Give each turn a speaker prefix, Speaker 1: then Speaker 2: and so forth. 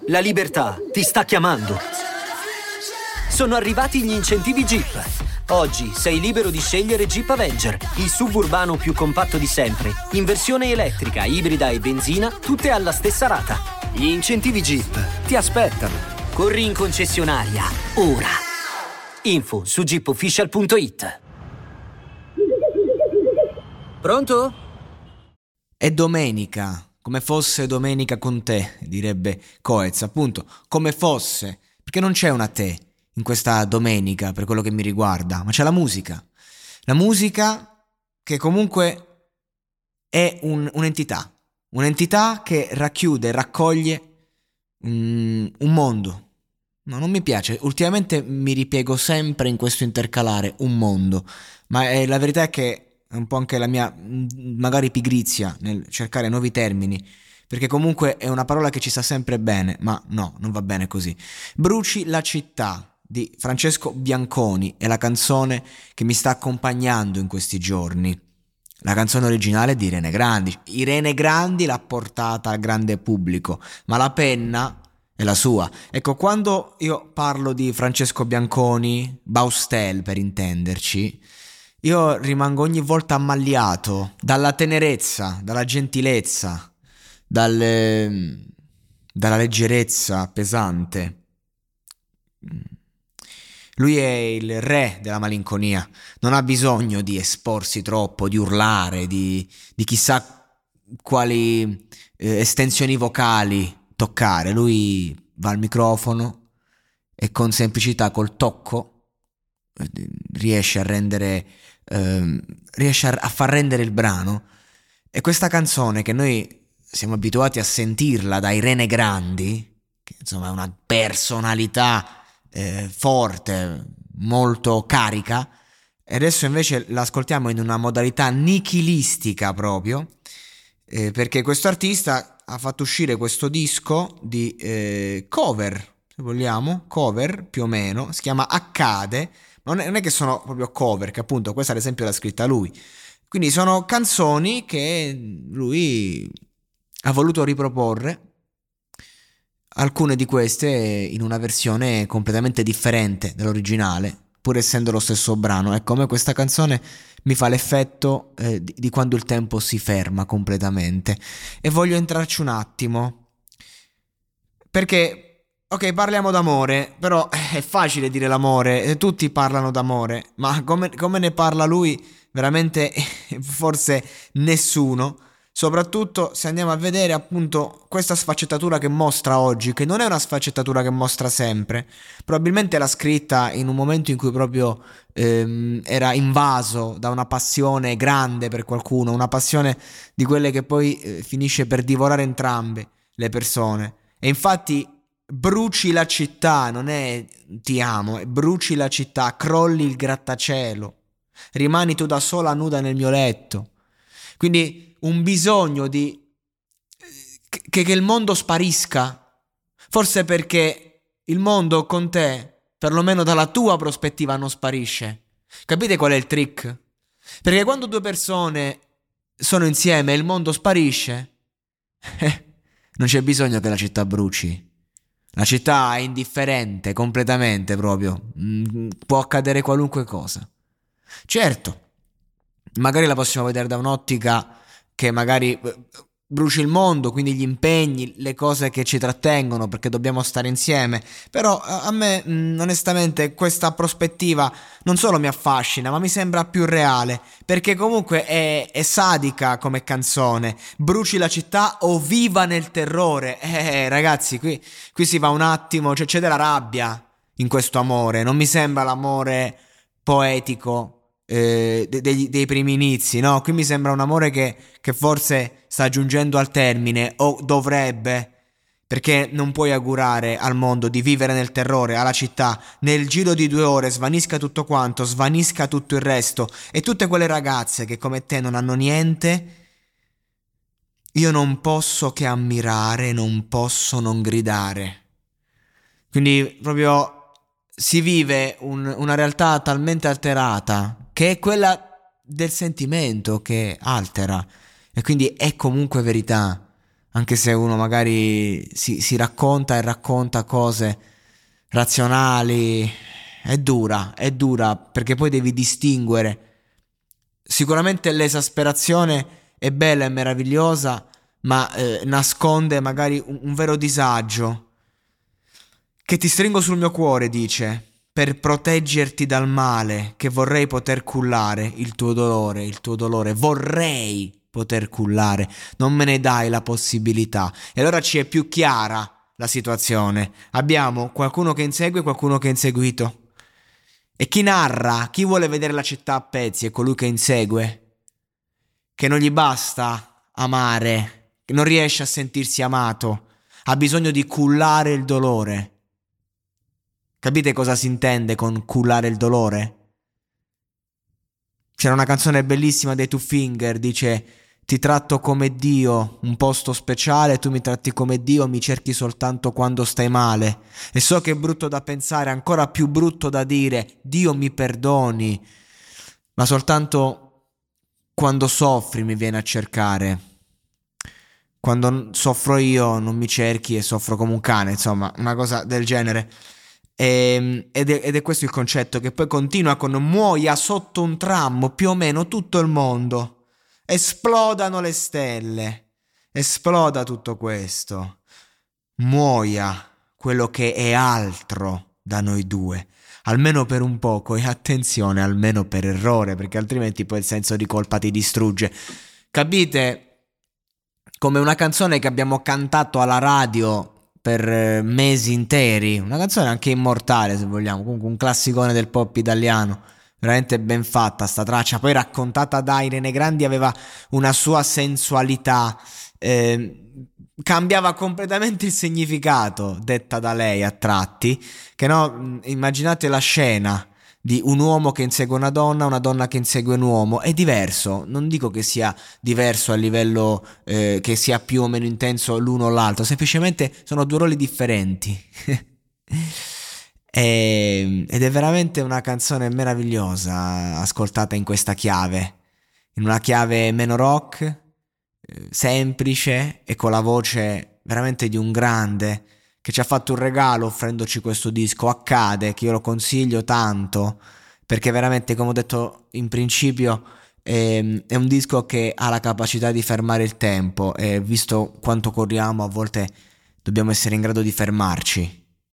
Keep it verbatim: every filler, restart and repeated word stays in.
Speaker 1: La libertà ti sta chiamando. Sono arrivati gli incentivi Jeep. Oggi sei libero di scegliere Jeep Avenger, il S U V urbano più compatto di sempre, in versione elettrica, ibrida e benzina, tutte alla stessa rata. Gli incentivi Jeep ti aspettano. Corri in concessionaria, ora. Info su jeep official punto it. Pronto?
Speaker 2: È domenica. Come fosse domenica con te, direbbe Coez, appunto, come fosse, perché non c'è una te in questa domenica per quello che mi riguarda, ma c'è la musica. La musica che comunque è un, un'entità, un'entità che racchiude, raccoglie um, un mondo. No, non mi piace, ultimamente mi ripiego sempre in questo intercalare un mondo, ma è, la verità è che è un po' anche la mia magari pigrizia nel cercare nuovi termini, perché comunque è una parola che ci sta sempre bene, ma no, non va bene così. Bruci la città di Francesco Bianconi è la canzone che mi sta accompagnando in questi giorni. La canzone originale è di Irene Grandi. Irene Grandi l'ha portata al grande pubblico, ma la penna è la sua. Ecco, quando io parlo di Francesco Bianconi, Baustel per intenderci, io rimango ogni volta ammaliato dalla tenerezza, dalla gentilezza, dalle, dalla leggerezza pesante. Lui è il re della malinconia, non ha bisogno di esporsi troppo, di urlare, di, di chissà quali eh, estensioni vocali toccare. Lui va al microfono e con semplicità, col tocco, riesce a rendere ehm, riesce a, a far rendere il brano. E questa canzone che noi siamo abituati a sentirla da Irene Grandi, che insomma è una personalità eh, forte, molto carica, e adesso invece l'ascoltiamo in una modalità nichilistica proprio, eh, perché questo artista ha fatto uscire questo disco di eh, cover, se vogliamo, cover più o meno, si chiama Accade. Non è, non è che sono proprio cover, che appunto questa ad esempio l'ha scritta lui. Quindi sono canzoni che lui ha voluto riproporre, alcune di queste in una versione completamente differente dall'originale, pur essendo lo stesso brano. E come questa canzone mi fa l'effetto eh, di, di quando il tempo si ferma completamente. E voglio entrarci un attimo, perché ok, parliamo d'amore, però è facile dire l'amore, tutti parlano d'amore, ma come, come ne parla lui? Veramente forse nessuno, soprattutto se andiamo a vedere appunto questa sfaccettatura che mostra oggi, che non è una sfaccettatura che mostra sempre, probabilmente l'ha scritta in un momento in cui proprio ehm, era invaso da una passione grande per qualcuno, una passione di quelle che poi eh, finisce per divorare entrambe le persone. E infatti bruci la città, non è ti amo, è bruci la città, crolli il grattacielo, rimani tu da sola nuda nel mio letto. Quindi un bisogno di che, che il mondo sparisca, forse perché il mondo con te, perlomeno dalla tua prospettiva, non sparisce. Capite qual è il trick? Perché quando due persone sono insieme e il mondo sparisce, eh, non c'è bisogno che la città bruci. La città è indifferente completamente proprio, mm, può accadere qualunque cosa. Certo, magari la possiamo vedere da un'ottica che magari bruci il mondo, quindi gli impegni, le cose che ci trattengono perché dobbiamo stare insieme, però a me mh, onestamente questa prospettiva non solo mi affascina, ma mi sembra più reale, perché comunque è, è sadica come canzone. Bruci la città o viva nel terrore. Eh ragazzi, qui, qui si va un attimo, cioè c'è della rabbia in questo amore, non mi sembra l'amore poetico Eh, dei, dei primi inizi, no? Qui mi sembra un amore che, che forse sta giungendo al termine, o dovrebbe, perché non puoi augurare al mondo di vivere nel terrore, alla città, nel giro di due ore svanisca tutto quanto, svanisca tutto il resto, e tutte quelle ragazze che come te non hanno niente. Io non posso che ammirare, non posso non gridare. Quindi proprio si vive un, una realtà talmente alterata, che è quella del sentimento che altera, e quindi è comunque verità. anche se uno magari si, si racconta e racconta cose razionali, è dura, è dura, perché poi devi distinguere. Sicuramente l'esasperazione è bella e meravigliosa, ma eh, nasconde magari un, un vero disagio. Che ti stringo sul mio cuore, dice, per proteggerti dal male, che vorrei poter cullare il tuo dolore, il tuo dolore, vorrei poter cullare, non me ne dai la possibilità. E allora ci è più chiara la situazione. Abbiamo qualcuno che insegue e qualcuno che è inseguito. E chi narra, chi vuole vedere la città a pezzi è colui che insegue, che non gli basta amare, che non riesce a sentirsi amato, ha bisogno di cullare il dolore. Capite cosa si intende con cullare il dolore? C'era una canzone bellissima dei Two Finger, dice: ti tratto come Dio, un posto speciale, tu mi tratti come Dio, mi cerchi soltanto quando stai male. E so che è brutto da pensare, ancora più brutto da dire, Dio mi perdoni, ma soltanto quando soffri mi viene a cercare. Quando soffro io non mi cerchi e soffro come un cane, insomma, una cosa del genere. E, ed, è, ed è questo il concetto, che poi continua con: muoia sotto un tram più o meno tutto il mondo, esplodano le stelle, esploda tutto questo, muoia quello che è altro da noi due, almeno per un poco, e attenzione, almeno per errore, perché altrimenti poi il senso di colpa ti distrugge. Capite? Come una canzone che abbiamo cantato alla radio per mesi interi, una canzone anche immortale se vogliamo, comunque un classicone del pop italiano, veramente ben fatta sta traccia, poi raccontata da Irene Grandi aveva una sua sensualità, eh, cambiava completamente il significato, detta da lei a tratti, che no, immaginate la scena di un uomo che insegue una donna, una donna che insegue un uomo, è diverso, non dico che sia diverso a livello eh, che sia più o meno intenso l'uno o l'altro, semplicemente sono due ruoli differenti. e, ed è veramente una canzone meravigliosa ascoltata in questa chiave, in una chiave meno rock, eh, semplice e con la voce veramente di un grande che ci ha fatto un regalo offrendoci questo disco, Accade, che io lo consiglio tanto, perché veramente, come ho detto in principio, è, è un disco che ha la capacità di fermare il tempo, e visto quanto corriamo a volte dobbiamo essere in grado di fermarci.